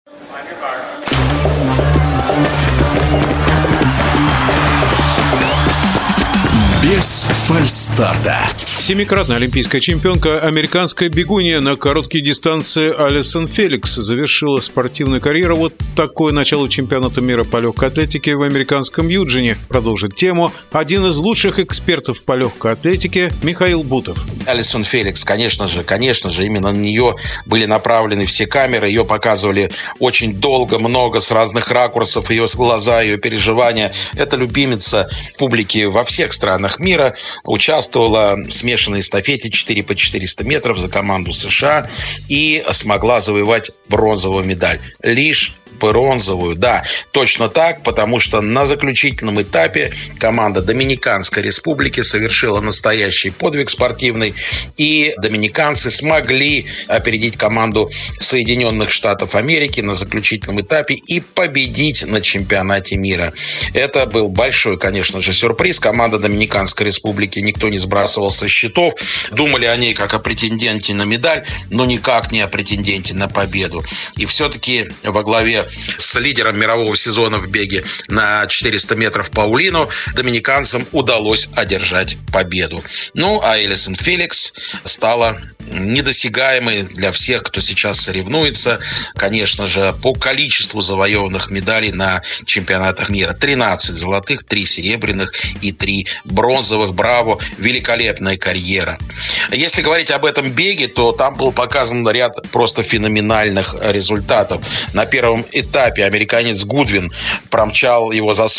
Без фальстарта. Семикратная олимпийская чемпионка, американская бегунья на короткой дистанции Алисон Феликс завершила спортивную карьеру. Вот такое начало чемпионата мира по легкой атлетике в американском Юджине. Продолжит тему один из лучших экспертов по легкой атлетике Михаил Бутов. Алисон Феликс, конечно же, именно на нее были направлены все камеры. Ее показывали очень долго, много, с разных ракурсов. Ее глаза, ее переживания. Это любимица публики во всех странах мира. Участвовала в смешанной эстафете 4 по 400 метров за команду США и смогла завоевать бронзовую медаль. Лишь бронзовую, да, точно так, потому что на заключительном этапе команда Доминиканской Республики совершила настоящий подвиг спортивный, и доминиканцы смогли опередить команду Соединенных Штатов Америки на заключительном этапе и победить на чемпионате мира. Это был большой, конечно же, сюрприз. Команда Доминиканской Республики никто не сбрасывал со счетов. Думали о ней как о претенденте на медаль, но никак не о претенденте на победу. И все-таки во главе с лидером мирового сезона в беге на 400 метров Паулину доминиканцам удалось одержать победу. Ну, а Алисон Феликс стала недосягаемой для всех, кто сейчас соревнуется, конечно же, по количеству завоеванных медалей на чемпионатах мира. 13 золотых, 3 серебряных и 3 бронзовых. Браво! Великолепная карьера. Если говорить об этом беге, то там был показан ряд просто феноменальных результатов. На первом этапе американец Гудвин промчал его за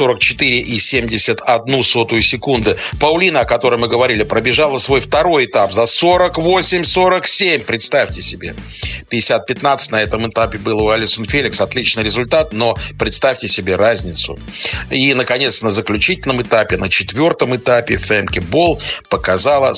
44,71 секунды. Паулина, о которой мы говорили, пробежала свой второй этап за 48,47. Представьте себе. 50-15 на этом этапе было у Алисон Феликс. Отличный результат, но представьте себе разницу. И, наконец, на заключительном этапе, на четвертом этапе Фемке Бол показала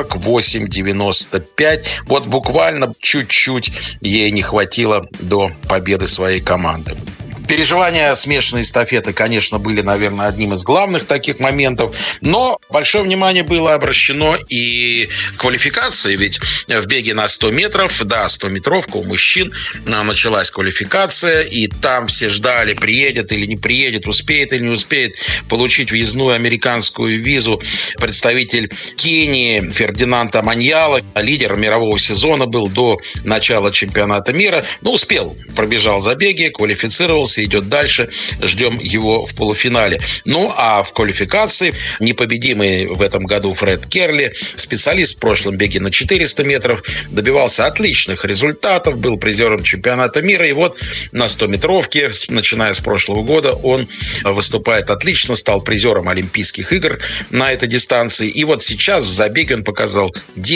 48,95. Вот буквально чуть-чуть ей не хватило до победы своей команды. Переживания смешанной эстафеты, конечно, были, наверное, одним из главных таких моментов, но большое внимание было обращено и к квалификации, ведь в беге на 100 метров, да, 100-метровка у мужчин, началась квалификация, и там все ждали, приедет или не приедет, успеет или не успеет получить въездную американскую визу представитель Кении Фердинанд Аманьяла, лидер мирового сезона был до начала чемпионата мира, но успел, пробежал забеги, квалифицировался, идет дальше, ждем его в полуфинале. Ну, а в квалификации непобедимый в этом году Фред Керли, специалист в прошлом беге на 400 метров, добивался отличных результатов, был призером чемпионата мира, и вот на 100-метровке, начиная с прошлого года, он выступает отлично, стал призером Олимпийских игр на этой дистанции, и вот сейчас в забеге он показал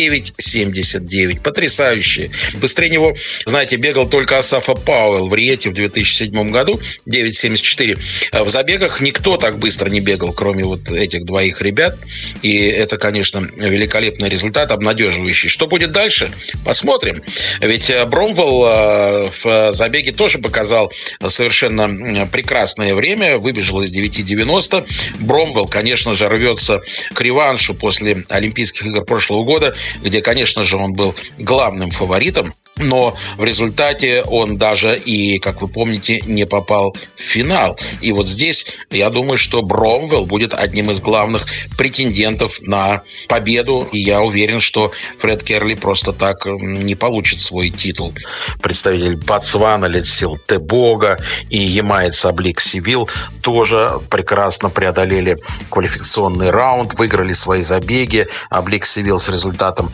9,79. Потрясающе. Быстрее него, знаете, бегал только Асафа Пауэлл в Риете в 2007 году, 9,74. В забегах никто так быстро не бегал, кроме вот этих двоих ребят. И это, конечно, великолепный результат, обнадеживающий. Что будет дальше? Посмотрим. Ведь Бромвелл в забеге тоже показал совершенно прекрасное время. Выбежал из 9,90. Бромвелл, конечно же, рвется к реваншу после Олимпийских игр прошлого года, где, конечно же, он был главным фаворитом. Но в результате он даже и, как вы помните, не попал в финал. И вот здесь, я думаю, что Бромвелл будет одним из главных претендентов на победу. И я уверен, что Фред Керли просто так не получит свой титул. Представитель Ботсвана Летсил Тебога и ямаец Аблик Сивил тоже прекрасно преодолели квалификационный раунд, выиграли свои забеги. Аблик Сивил с результатом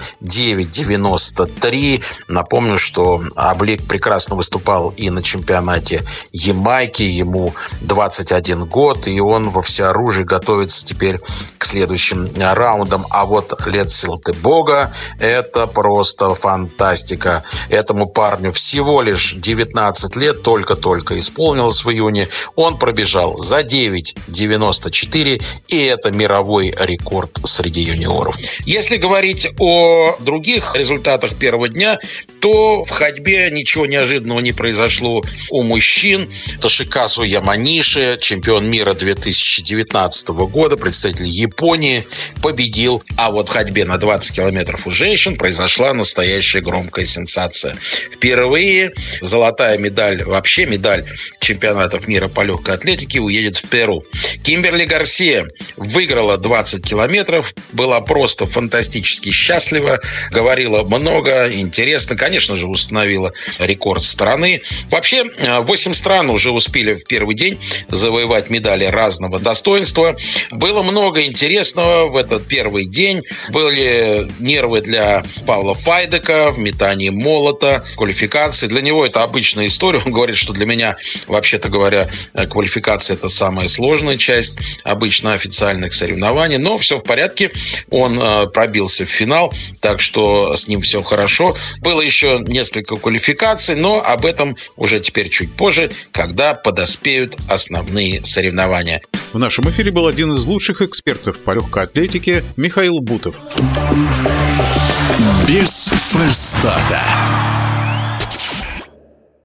9,93. Напомню, что Аблик прекрасно выступал и на чемпионате Ямайки. Ему 21 год, и он во всеоружии готовится теперь к следующим раундам. А вот Летсил Тебога – это просто фантастика. Этому парню всего лишь 19 лет, только-только исполнилось в июне. Он пробежал за 9,94, и это мировой рекорд среди юниоров. Если говорить о других результатах первого дня, то всего, в ходьбе ничего неожиданного не произошло у мужчин. Тошикасу Яманиши, чемпион мира 2019 года, представитель Японии, победил. А вот в ходьбе на 20 километров у женщин произошла настоящая громкая сенсация. Впервые золотая медаль, вообще медаль чемпионатов мира по легкой атлетике уедет в Перу. Кимберли Гарсия выиграла 20 километров, была просто фантастически счастлива, говорила много, интересно, конечно же, установила рекорд страны. Вообще, 8 стран уже успели в первый день завоевать медали разного достоинства. Было много интересного в этот первый день. Были нервы для Павла Файдека в метании молота, квалификации. Для него это обычная история. Он говорит, что для меня, вообще-то говоря, квалификация – это самая сложная часть обычно официальных соревнований. Но все в порядке. Он пробился в финал, так что с ним все хорошо. Было еще несколько квалификаций, но об этом уже теперь чуть позже, когда подоспеют основные соревнования. В нашем эфире был один из лучших экспертов по легкой атлетике Михаил Бутов. Без фальстарта.